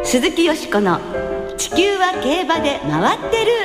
鈴木よしこの地球は競馬で回ってる。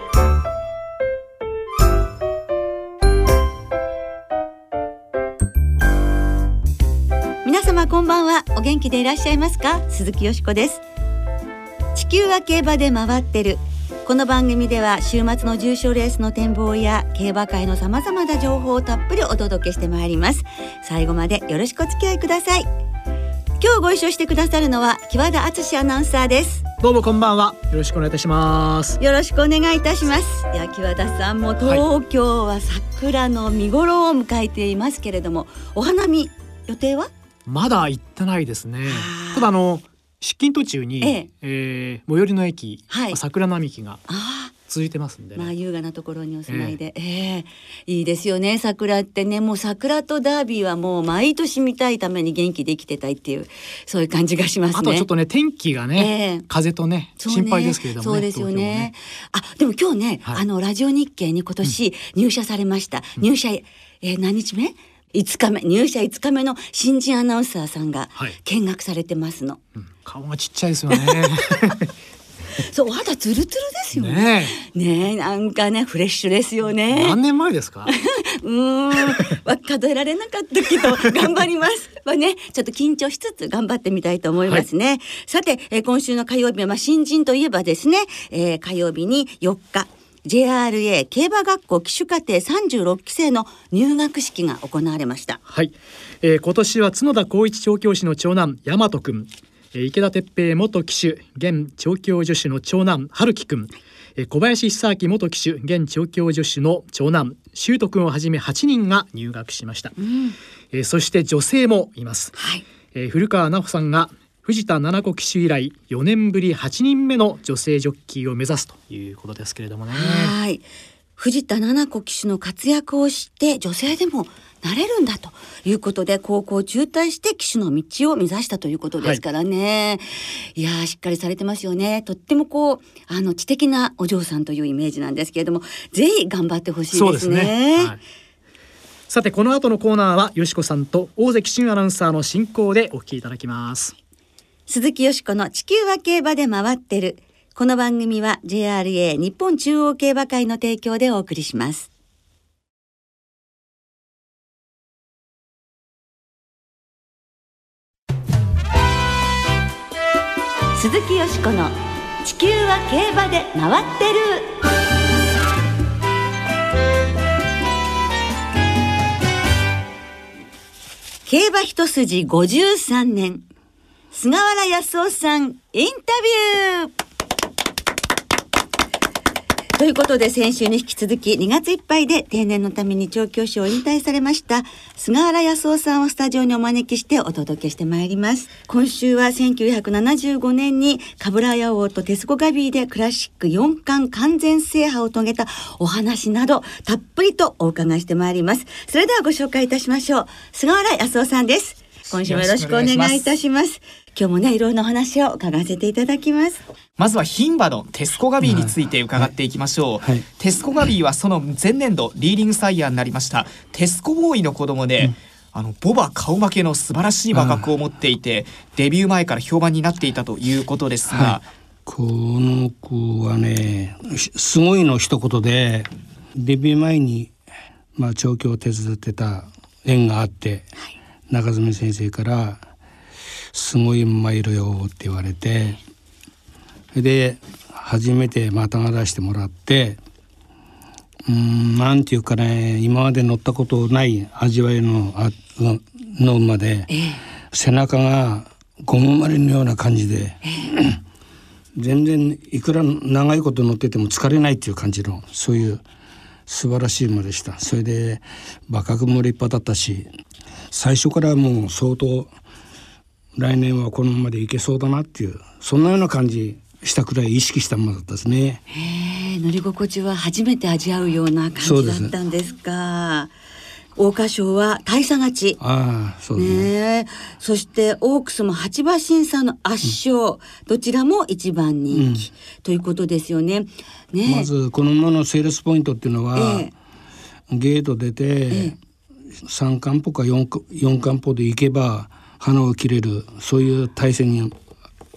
皆様こんばんは。お元気でいらっしゃいますか？鈴木よしこです。地球は競馬で回ってる。この番組では週末の重賞レースの展望や競馬界のさまざまな情報をたっぷりお届けしてまいります。最後までよろしくお付き合いください。今日ご一緒してくださるのは木和田敦アナウンサーです。 どうもこんばんは。よろしくお願いいたします。 よろしくお願いいたします。いや、木和田さんも東京は桜の見頃を迎えていますけれども、お花見予定は？ まだ行ってないですね。ただ出勤途中に、最寄りの駅、桜並木が続いてますんで、ね、 優雅なところにお住まいで、いいですよね。桜ってね、もう桜とダービーはもう毎年見たいために元気で生きてたいっていう、そういう感じがしますね。 あとちょっとね、天気がね、風とね心配ですけれどもね。 そうですよね。でも今日ね、ラジオ日経に今年入社されました、入社何日目？5日目、入社5日目の新人アナウンサーさんが見学されてますの、 顔がちっちゃいですよね。 そう、お肌ツルツルですよね。ねえ、なんかね、フレッシュですよね。 何年前ですか？ 数えられなかったけど頑張りますね、ちょっと緊張しつつ頑張ってみたいと思いますね。さて、今週の火曜日は、新人といえばですね、火曜日に4日JRA 競馬学校騎手課程36期生の入学式が行われました。 今年は角田光一調教師の長男大和くん、池田哲平元騎手現調教助手の長男春樹くん、小林久明元騎手現調教助手の長男修斗くんをはじめ8人が入学しました。そして女性もいます。古川奈穂さんが藤田七子騎手以来4年ぶり8人目の女性ジョッキーを目指すということですけれどもね。藤田七子騎手の活躍を知って女性でもなれるんだということで、高校を中退して騎手の道を目指したということですからね。いやー、しっかりされてますよね。とっても知的なお嬢さんというイメージなんですけれども、ぜひ頑張ってほしいですね。そうですね。さて、この後のコーナーはよしこさんと大関俊アナウンサーの進行でお聞きいただきます。 鈴木よしこの地球は競馬で回ってる。この番組は JRA 日本中央競馬会の提供でお送りします。鈴木よしこの地球は競馬で回ってる。競馬一筋53年、菅原康夫さんインタビューということで、先週に引き続き2月いっぱいで定年のために調教師を引退されました菅原康夫さんをスタジオにお招きしてお届けしてまいります。今週は1975年にカブラヤ王とテスコガビーでクラシック4冠完全制覇を遂げたお話などたっぷりとお伺いしてまいります。それではご紹介いたしましょう。菅原康夫さんです。今週もよろしくお願いいたします。今日もね、いろんなお話を伺わせていただきます。 まずは牝馬のテスコガビーについて伺っていきましょう。テスコガビーはその前年度リーディングサイヤーになりましたテスコボーイの子供で、ボバ顔負けの素晴らしい馬格を持っていて、デビュー前から評判になっていたということですが、 この子はね、すごいの一言で、デビュー前に調教を手伝ってた縁があって、中住先生からすごい馬いるよって言われて、で初めてまたがらしてもらって、なんていうかね、今まで乗ったことない味わいの馬で、背中がゴムまりのような感じで、全然いくら長いこと乗ってても疲れないっていう感じの、そういう素晴らしい馬でした。それで馬格も立派だったし、最初からもう相当来年はこのままでいけそうだなっていう、そんなような感じしたくらい意識した馬だったですね。 乗り心地は初めて味わうような感じだったんですか。桜花賞は大差勝ち。 そうですね。 そしてオークスも8馬身差の圧勝、どちらも一番人気、ということですよね。 まずこの馬のセールスポイントっていうのは、ゲート出て、3冠歩か 4冠歩で行けば花を切れる、そういう体勢に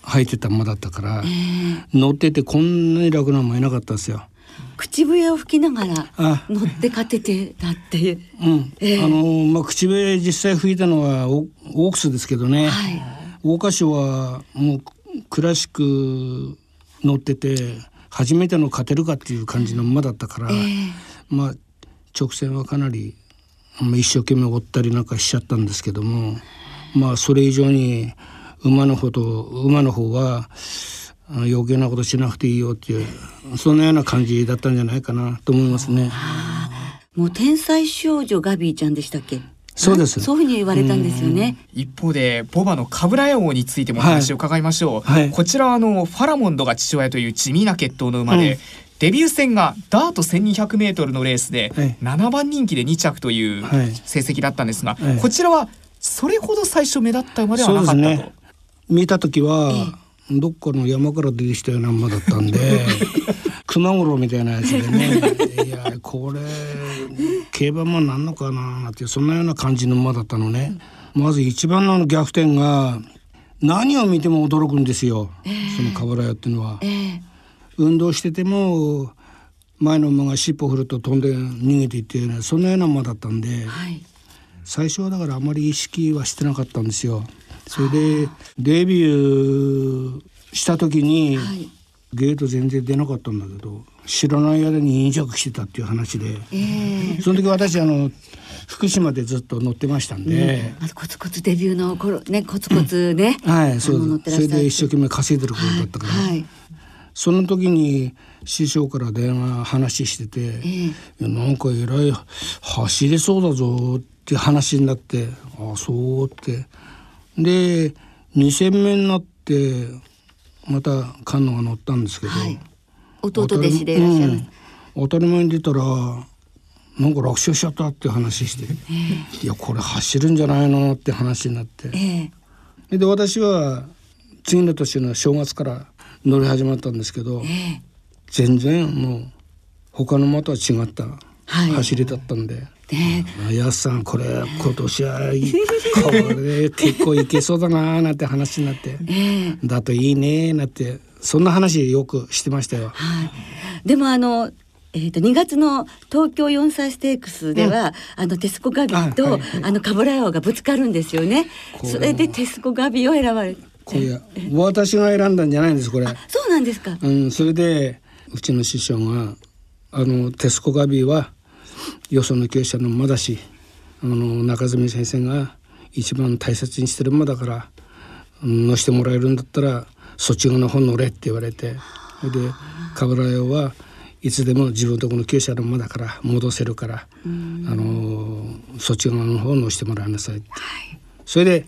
履いてた馬だったから、乗っててこんなに楽な馬いなかったですよ。 口笛を吹きながら乗って勝ててたっていう。 口笛実際吹いたのはオークスですけどね、桜花賞はもうクラシック乗ってて初めての勝てるかっていう感じの馬だったから、直線はかなり一生懸命追ったりなんかしちゃったんですけども、それ以上に馬の方は余計なことしなくていいよっていうそんなような感じだったんじゃないかなと思いますね。 もう天才少女ガビーちゃんでしたっけ？ そうです。 そういうふうに言われたんですよね。 一方でボバのカブラヤ王についてもお話を伺いましょう。こちらはファラモンドが父親という地味な血統の馬で、デビュー戦がダート 1200m のレースで7番人気で2着という成績だったんですが、こちらはそれほど最初目立った馬ではなかったと。そうですね、 見た時はどっかの山から出てきたような馬だったんで熊五郎みたいなやつでねいやこれ競馬もなんのかなってそんなような感じの馬だったのね。まず一番の逆転が何を見ても驚くんですよ、そのカブラヤっていうのは。運動してても前の馬が尻尾振ると飛んで逃げていって、そんなような馬だったんで、最初はだからあまり意識はしてなかったんですよ。それでデビューした時に、ゲート全然出なかったんだけど知らない間に2着してたっていう話で、その時私福島でずっと乗ってましたんで、 コツコツデビューの頃ね、コツコツね、 そうそれで一生懸命稼いでる頃だったから、その時に師匠から電話話してて、なんかえらい走れそうだぞって話になって、ああそうって、で2戦目になってまた菅野が乗ったんですけど、 弟弟子でいらっしゃいます。 当たり前に出たらなんか落車しちゃったって話して、いやこれ走るんじゃないのって話になって、で私は次の年の正月から乗り始まったんですけど、全然もう他の馬とは違った走りだったんで、やすさんこれ今年はこれ結構いけそうだななんて話になって、だといいねなんてそんな話よくしてましたよ。 でも2月の東京4歳ステークスでは、テスコガビと、カブラヤ王がぶつかるんですよね。それでテスコガビを選ばれて、 私が選んだんじゃないんですこれ。 そうなんですか。 それでうちの師匠がテスコガビはよその厩舎の馬だし、中住先生が一番大切にしてる馬だから乗してもらえるんだったらそっち側の方乗れって言われて、それでカブラヤはいつでも自分のところの厩舎の馬だから戻せるから、そっち側の方を乗してもらいなさいって、それで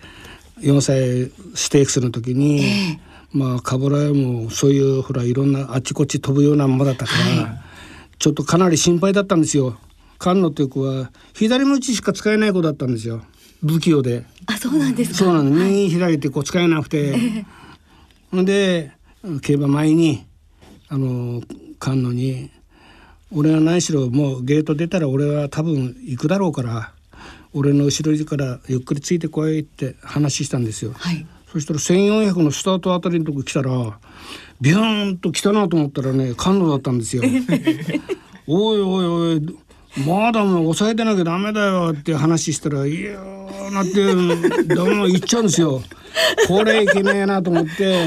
4歳ステークスの時に、カブラヤもそういうほらいろんなあっちこっち飛ぶような馬だったから、ちょっとかなり心配だったんですよ。菅野という子は左ムチしか使えない子だったんですよ、不器用で。 そうなんですか。 そうなんです、右左ってこう使えなくて、で競馬前に菅野に俺は何しろもうゲート出たら俺は多分行くだろうから俺の後ろからゆっくりついてこいって話したんですよ。そしたら1400のスタートあたりのとこ来たらビューンと来たなと思ったらね、菅野だったんですよ。おいおいおいまだもう抑えてなきゃダメだよって話したら、いやーなってダメ言っちゃうんですよ。これいけねえなと思って、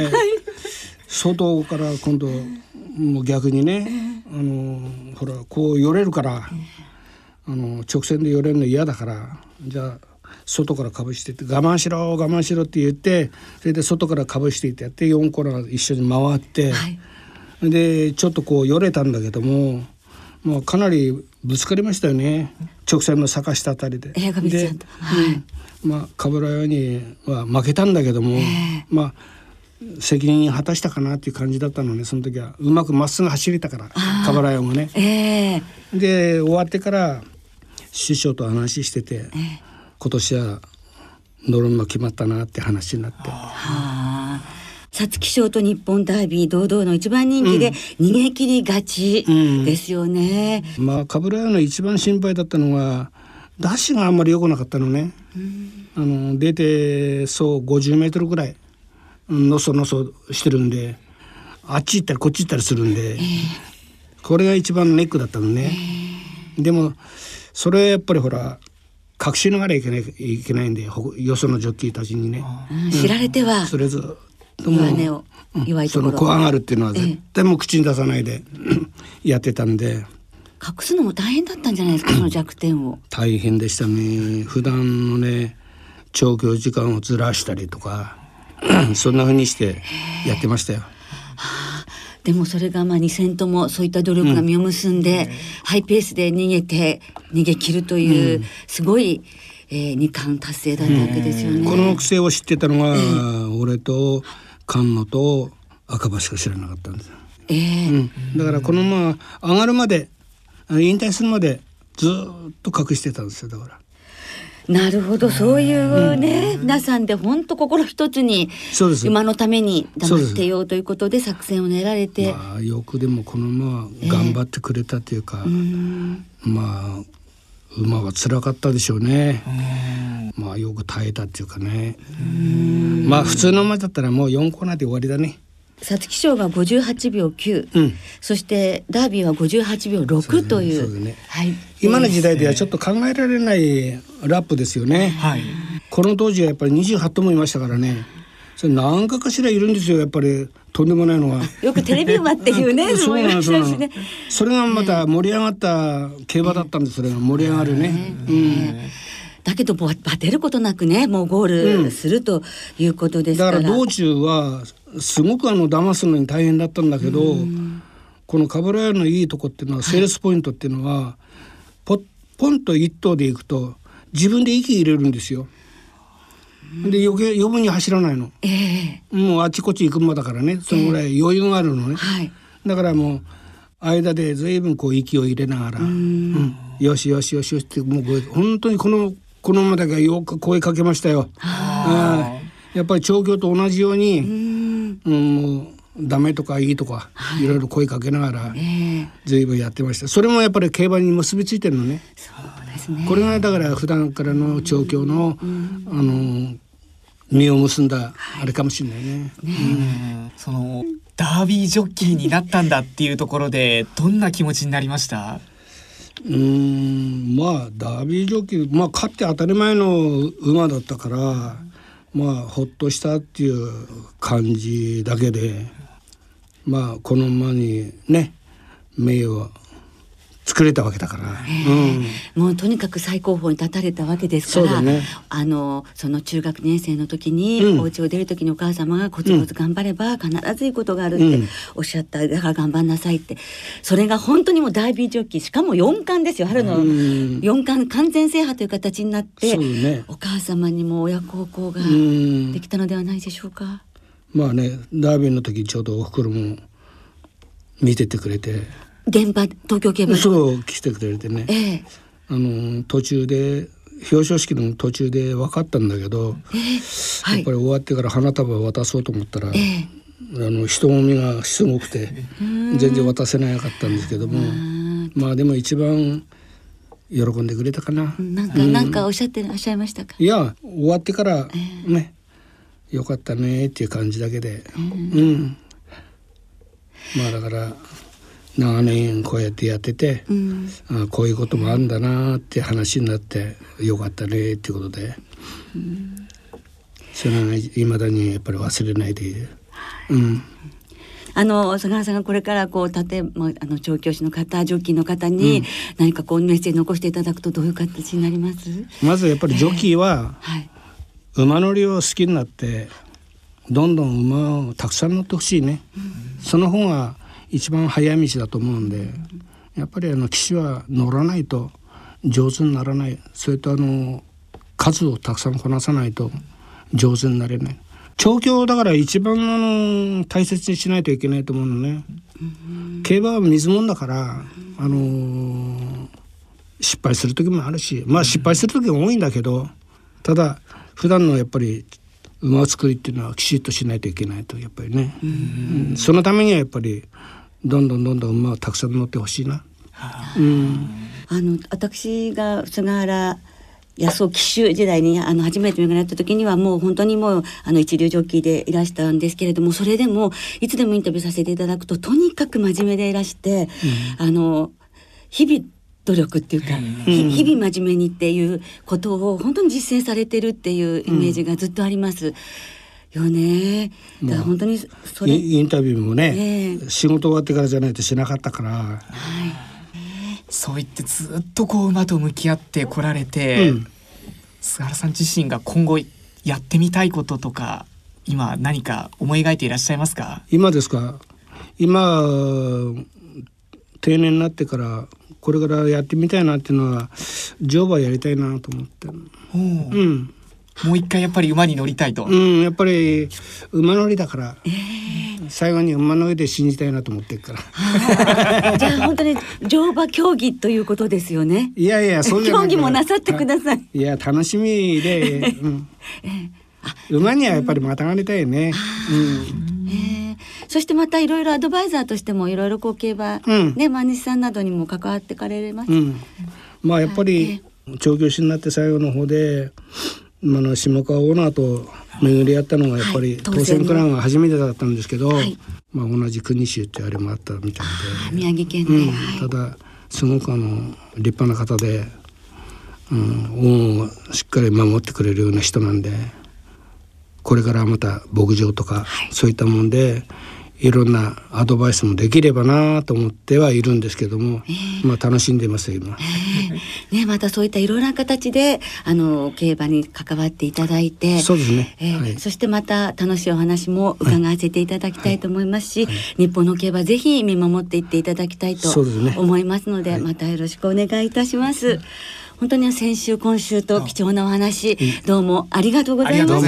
外から今度もう逆にね、ほらこう寄れるから直線で寄れるの嫌だから、じゃあ外からかぶしてって我慢しろ我慢しろって言って、それで外からかぶしていってやって4コーナー一緒に回って、でちょっとこう寄れたんだけども、かなりぶつかりましたよね、直線の坂下あたりで。で、カブラヤには負けたんだけども、責任果たしたかなっていう感じだったのね。その時はうまくまっすぐ走れたからカブラヤもね、で終わってから師匠と話してて、今年は乗るの決まったなって話になって、 皐月賞と日本ダービー堂々の一番人気で逃げ切り勝ちですよね。 カブラヤの一番心配だったのはダッシュがあんまり良くなかったのね。出てそう50メートルぐらいのそのそしてるんで、あっち行ったりこっち行ったりするんで、これが一番ネックだったのね。でもそれやっぱりほら隠しながらいけないんで、よそのジョッキーたちにね、 知られてはそれずっともう弱いところ、 その怖がるっていうのは絶対もう口に出さないでやってたんで、 隠すのも大変だったんじゃないですか、その弱点を。 大変でしたね。普段のね調教時間をずらしたりとかそんな風にしてやってましたよ。 でもそれが2戦ともそういった努力が実を結んで、ハイペースで逃げ切るという、すごい、2冠達成だったわけですよね。 この癖を知ってたのが、俺と菅野と赤羽しか知らなかったんですよ。だからこのまま上がるまで引退するまでずっと隠してたんですよ。だからなるほど、そういうね、皆さんで本当心一つに馬のために黙ってようということで作戦を練られて、 よくでもこの馬頑張ってくれたというか、馬は辛かったでしょうね。よく耐えたっていうかね。普通の馬だったらもう4コーナーで終わりだね。 皐月賞が58秒9、そしてダービーは58秒6という、 今の時代ではちょっと考えられないラップですよね。この当時はやっぱり28頭もいましたからね。それ何かしらいるんですよ、やっぱりとんでもないのは。 よくテレビ馬っていうねそうなんですね。それがまた盛り上がった競馬だったんです。それが盛り上がるね。 だけどバテることなくね、もうゴールするということですから。 だから道中はすごく騙すのに大変だったんだけど、このカブラヤのいいとこっていうのは、セールスポイントっていうのはポンと一頭で行くと自分で息入れるんですよ。で余分に走らないの、もうあっちこっち行く馬だからね、そのぐらい余裕があるのね、だからもう間で随分こう息を入れながら、よしよしよしよしって、もう本当にこの馬だけはよく声かけましたよ。やっぱり調教と同じように、もうダメとかいいとか、いろいろ声かけながら随分やってました。それもやっぱり競馬に結びついてるのね。 そうですね。 これがだから普段からの調教の、実を結んだあれかもしれないね。 そのダービージョッキーになったんだっていうところでどんな気持ちになりました？ ダービージョッキー、勝って当たり前の馬だったから、ほっとしたっていう感じだけで、この馬にね名誉を作れたわけだから、 もうとにかく最高峰に立たれたわけですから、その中学年生の時に、お家を出る時にお母様がコツコツ頑張れば必ずいいことがあるっておっしゃった、だから頑張んなさいって、それが本当にもうダービージョッキー、しかも4冠ですよ、春の4冠完全制覇という形になって、お母様にも親孝行ができたのではないでしょうか。 ダービーの時ちょうどおふくろも見ててくれて、 現場東京競馬そう来てくれてね、途中で表彰式の途中で分かったんだけど、やっぱり終わってから花束を渡そうと思ったら、人混みがすごくて全然渡せなかったんですけども、でも一番喜んでくれたかな。 なんかおっしゃってらっしゃいましたか？ いや、終わってからね、よかったねっていう感じだけで、だから長年こうやってやってて、こういうこともあるんだなって話になってよかったねっていうことで、それはいまだにやっぱり忘れないでいる。 佐川さんがこれから調教師の方、ジョッキーの方に何かメッセージ残していただくとどういう形になります？ まずやっぱりジョッキーは、馬乗りを好きになってどんどん馬をたくさん乗ってほしいね、その方が一番早道だと思うんで、やっぱり騎手は乗らないと上手にならない。それと数をたくさんこなさないと上手になれない。調教だから一番大切にしないといけないと思うのね。競馬は水もんだから、失敗する時もあるし、失敗する時も多いんだけど、ただ普段のやっぱり馬作りっていうのはきちっとしないといけないと、やっぱりね、そのためにはやっぱりどんどん馬をたくさん乗ってほしいな。 私が菅原安尾騎手時代に初めて巡り合った時にはもう本当にもう一流ジョッキーでいらしたんですけれども、それでもいつでもインタビューさせていただくととにかく真面目でいらして、日々努力っていうか、日々真面目にっていうことを本当に実践されてるっていうイメージがずっとありますよね。だから本当にそれインタビューもね、仕事終わってからじゃないとしなかったから、 そう言ってずっとこう馬と向き合ってこられて、菅原さん自身が今後やってみたいこととか今何か思い描いていらっしゃいますか？ 今ですか？今定年になってからこれからやってみたいなっていうのは乗馬やりたいなと思って、 もう一回やっぱり馬に乗りたいと、 やっぱり馬乗りだから、最後に馬の上で死にたいなと思ってるから。 じゃあ本当に乗馬競技ということですよね。 いやいや、そうじゃない。 競技もなさってください。 いや、楽しみで、馬にはやっぱりまたがりたいね。 そしてまたいろいろアドバイザーとしてもいろいろ競馬、馬主さんなどにも関わってかれます。 まあやっぱり調教師になって最後の方で下川オーナーと巡り合ったのがやっぱり当選クラウンが初めてだったんですけど、同じ国州ってあれもあったみたいで、 宮城県で、 ただすごく立派な方で、恩をしっかり守ってくれるような人なんで、これからまた牧場とか、そういったもんでいろんなアドバイスもできればなと思ってはいるんですけども、楽しんでます今。 またそういったいろんな形で競馬に関わっていただいて、 そうですね、 そしてまた楽しいお話も伺わせていただきたいと思いますし、日本の競馬ぜひ見守っていっていただきたいと思いますので、またよろしくお願いいたします。本当に先週今週と貴重なお話、どうもありがとうございました。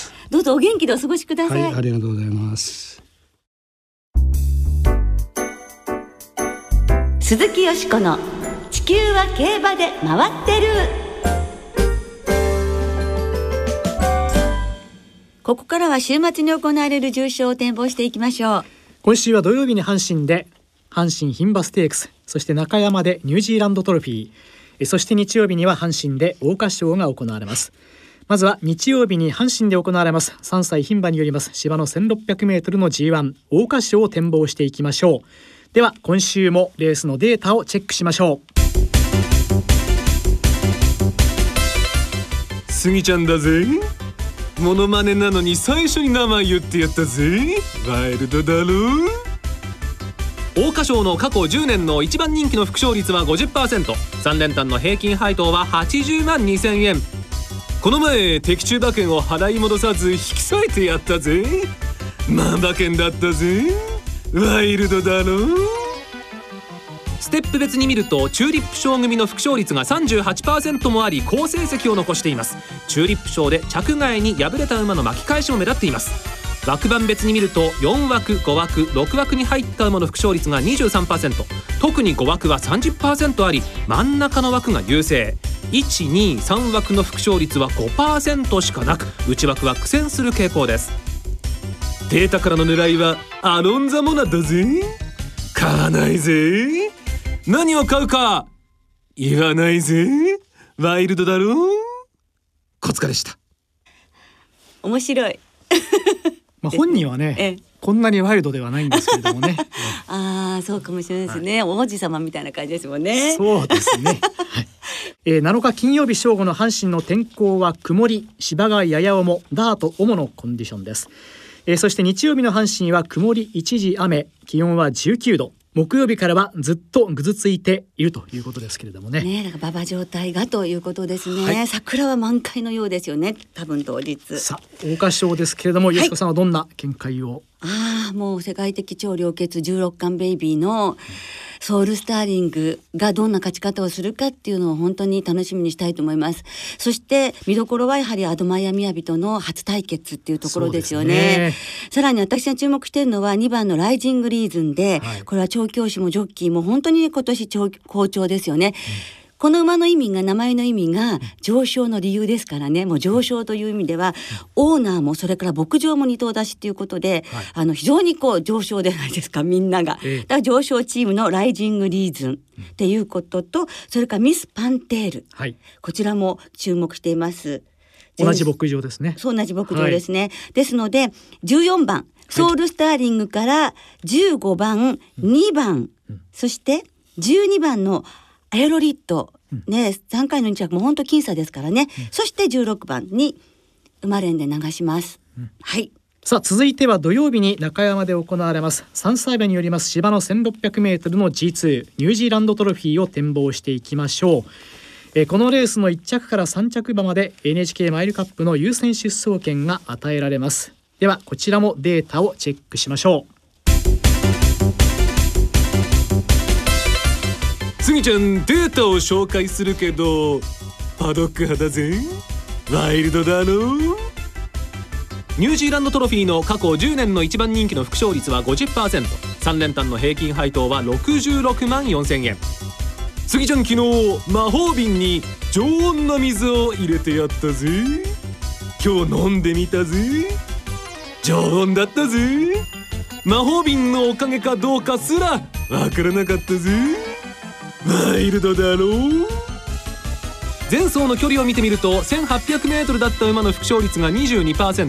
どうぞお元気でお過ごしください。 ありがとうございます。 鈴木よしこの地球は競馬で回ってる。ここからは週末に行われる重賞を展望していきましょう。 今週は土曜日に阪神で阪神牝馬ステークス、そして中山でニュージーランドトロフィー、そして日曜日には阪神で桜花賞が行われます。まずは日曜日に阪神で行われます3歳牝馬によります芝の 1600m の G1 桜花賞を展望していきましょう。では今週もレースのデータをチェックしましょう。スギちゃんだぜ。モノマネなのに最初に名前言ってやったぜ。ワイルドだろ。桜花賞の過去10年の一番人気の副勝率は 50%、 3連単の平均配当は80万2000円。この前的中馬券を払い戻さず引き裂いてやったぜ。馬券だったぜ。ワイルドだろ。ステップ別に見るとチューリップ賞組の副勝率が 38% もあり好成績を残しています。チューリップ賞で着外に敗れた馬の巻き返しも目立っています。枠番別に見ると4枠5枠6枠に入った馬の副勝率が 23%、 特に5枠は 30% あり真ん中の枠が優勢。1、2、3枠の副勝率は 5% しかなく内枠は苦戦する傾向です。データからの狙いはアロンザモナだぜ。買わないぜ。何を買うか言わないぜ。ワイルドだろ。小塚でした。 面白い。 本人はねこんなにワイルドではないんですけれどもねそうかもしれないですね、王子様みたいな感じですもんね。 そうですね、7日金曜日正午の阪神の天候は曇り、芝がやや重、ダート主のコンディションです。そして日曜日の阪神は曇り一時雨、気温は19度、木曜日からはずっとぐずついているということですけれどもね。 だから馬場状態がということですね、桜は満開のようですよね、多分当日。 さあ桜花賞ですけれども、吉子さんはどんな見解を？ もう世界的超良血16冠ベイビーのソウルスターリングがどんな勝ち方をするかっていうのを本当に楽しみにしたいと思います。そして見どころはやはりアドマイヤ雅との初対決っていうところですよね。さらに私が注目しているのは2番のライジングリーズンで、これは調教師もジョッキーも本当に今年好調ですよね。 この馬の意味が、名前の意味が上昇の理由ですからね。もう上昇という意味では、オーナーもそれから牧場も2頭出しということで、非常にこう上昇ではないですか、みんなが。だから上昇チームのライジングリーズンっていうことと、それからミスパンテール、こちらも注目しています。 同じ牧場ですね。 そう、同じ牧場ですね。ですので14番ソウルスターリングから15番、2番、そして12番のエアロリット、3回の2着も本当僅差ですからね、そして16番に馬連で流します、 さあ続いては土曜日に中山で行われます3歳馬によります芝の 1600m の G2 ニュージーランドトロフィーを展望していきましょう。このレースの1着から3着馬まで NHK マイルカップの優先出走権が与えられます。ではこちらもデータをチェックしましょう。 スギちゃん、データを紹介するけどパドック派だぜ。ワイルドだろ。ニュージーランドトロフィーの過去10年の一番人気の副勝率は 50%、 3連単の平均配当は66万4000円。スギちゃん、昨日魔法瓶に常温の水を入れてやったぜ。今日飲んでみたぜ。常温だったぜ。魔法瓶のおかげかどうかすらわからなかったぜ。ワイルドだろう。前走の距離を見てみると 1800m だった馬の副勝率が 22%、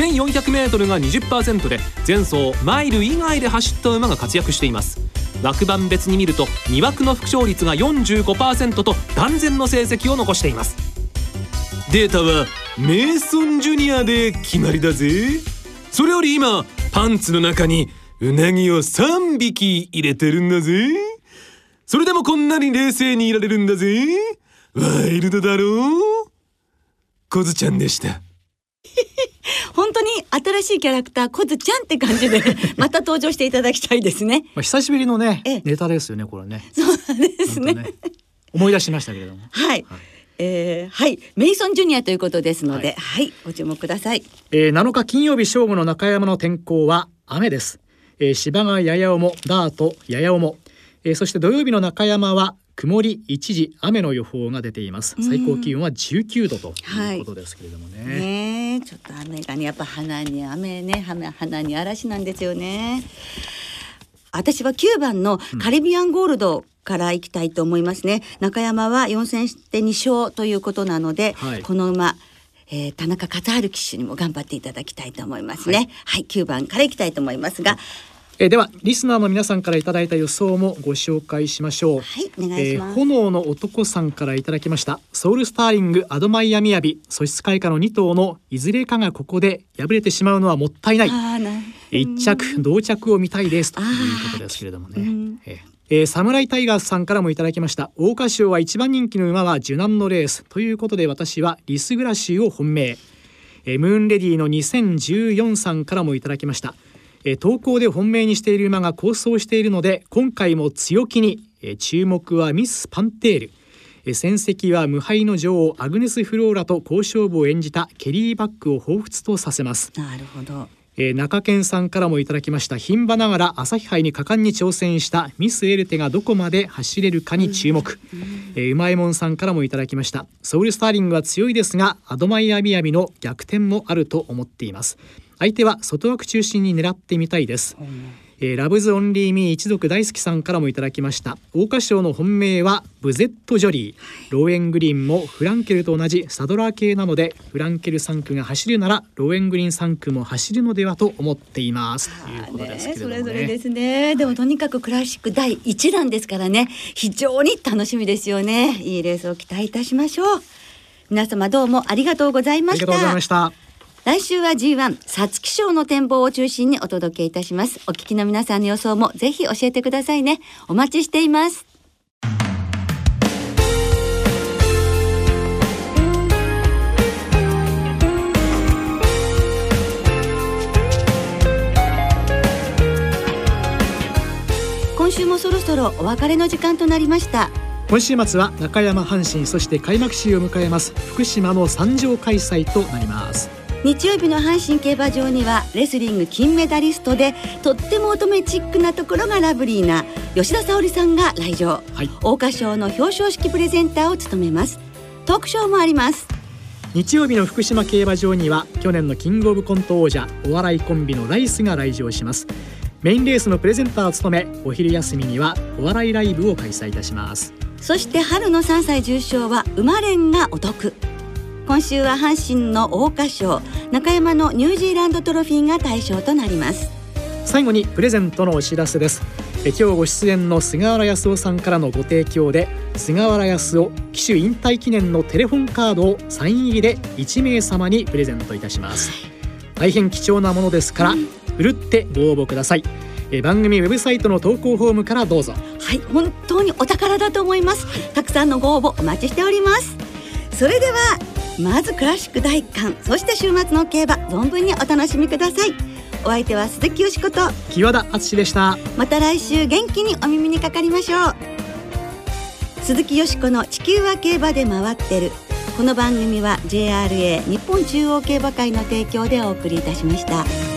1400m が 20% で、前走マイル以外で走った馬が活躍しています。枠番別に見ると2枠の副勝率が 45% と断然の成績を残しています。データはメイソンジュニアで決まりだぜ。それより今パンツの中にうなぎを3匹入れてるんだぜ。それでもこんなに冷静にいられるんだぜ。ワイルドだろう。コズちゃんでした本当に新しいキャラクターコズちゃんって感じでまた登場していただきたいですね。 久しぶりのねネタですよね、これね。 そうですね。 思い出しましたけれども、 メイソンジュニアということですので、ご注目ください。 7日金曜日正午の中山の天候は雨です。芝がやや重、ダートやや重、そして土曜日の中山は曇り一時雨の予報が出ています。最高気温は19度ということですけれどもね。 ちょっと雨がね、やっぱ鼻に雨ね、鼻に嵐なんですよね。私は9番のカリビアンゴールドから行きたいと思いますね。中山は4戦して2勝ということなので、この馬、田中勝春騎手にも頑張っていただきたいと思いますね。9番から行きたいと思いますが、 ではリスナーの皆さんからいただいた予想もご紹介しましょう。 お願いします。 炎の男さんからいただきました。ソウルスターリング、アドマイヤミヤビ、素質開花の2頭のいずれかがここで敗れてしまうのはもったいない。1着同着を見たいですということですけれどもね。サムライタイガースさんからもいただきました。桜花賞は一番人気の馬は受難のレースということで、私はリスグラシーを本命。ムーンレディの2014さんからもいただきました。投稿で本命にしている馬が好走しているので今回も強気に、注目はミスパンテール。戦績は無敗の女王アグネス・フローラと好勝負を演じたケリーバックを彷彿とさせます。 なるほど。 中堅さんからもいただきました。牝馬ながら朝日杯に果敢に挑戦したミスエルテがどこまで走れるかに注目。うまいもんさんからもいただきました。ソウルスターリングは強いですがアドマイヤミヤビの逆転もあると思っています。相手は外枠中心に狙ってみたいです。ラブズオンリーミー一族大好きさんからもいただきました。桜花賞の本命はブゼットジョリー。ローエングリーンもフランケルと同じサドラー系なのでフランケル3区が走るならローエングリーン3区も走るのではと思っていますということですけれどもね。 それぞれですね。でもとにかくクラシック第1弾ですからね、非常に楽しみですよね。いいレースを期待いたしましょう。皆様どうもありがとうございました。 ありがとうございました。 来週は G1 皐月賞の展望を中心にお届けいたします。お聞きの皆さんの予想もぜひ教えてくださいね。お待ちしています。今週もそろそろお別れの時間となりました。 今週末は中山、阪神、そして開幕週を迎えます福島の3場開催となります。 日曜日の阪神競馬場にはレスリング金メダリストでとっても乙女チックなところがラブリーな吉田沙保里さんが来場、桜花賞の表彰式プレゼンターを務めます。トークショーもあります。 日曜日の福島競馬場には去年のキングオブコント王者お笑いコンビのライスが来場します。メインレースのプレゼンターを務め、お昼休みにはお笑いライブを開催いたします。 そして春の3歳重賞は馬連がお得。今週は阪神の桜花賞、中山のニュージーランドトロフィーが対象となります。 最後にプレゼントのお知らせです。今日ご出演の菅原康夫さんからのご提供で、菅原康夫騎手引退記念のテレフォンカードをサイン入りで1名様にプレゼントいたします。大変貴重なものですから、ふるってご応募ください。番組ウェブサイトの投稿フォームからどうぞ。 はい、本当にお宝だと思います。たくさんのご応募お待ちしております。それではまずクラシック第1巻、そして週末の競馬存分にお楽しみください。お相手は鈴木よしこと木和田敦でした。 また来週元気にお耳にかかりましょう。鈴木よしこの地球は競馬で回ってる。この番組は JRA 日本中央競馬会の提供でお送りいたしました。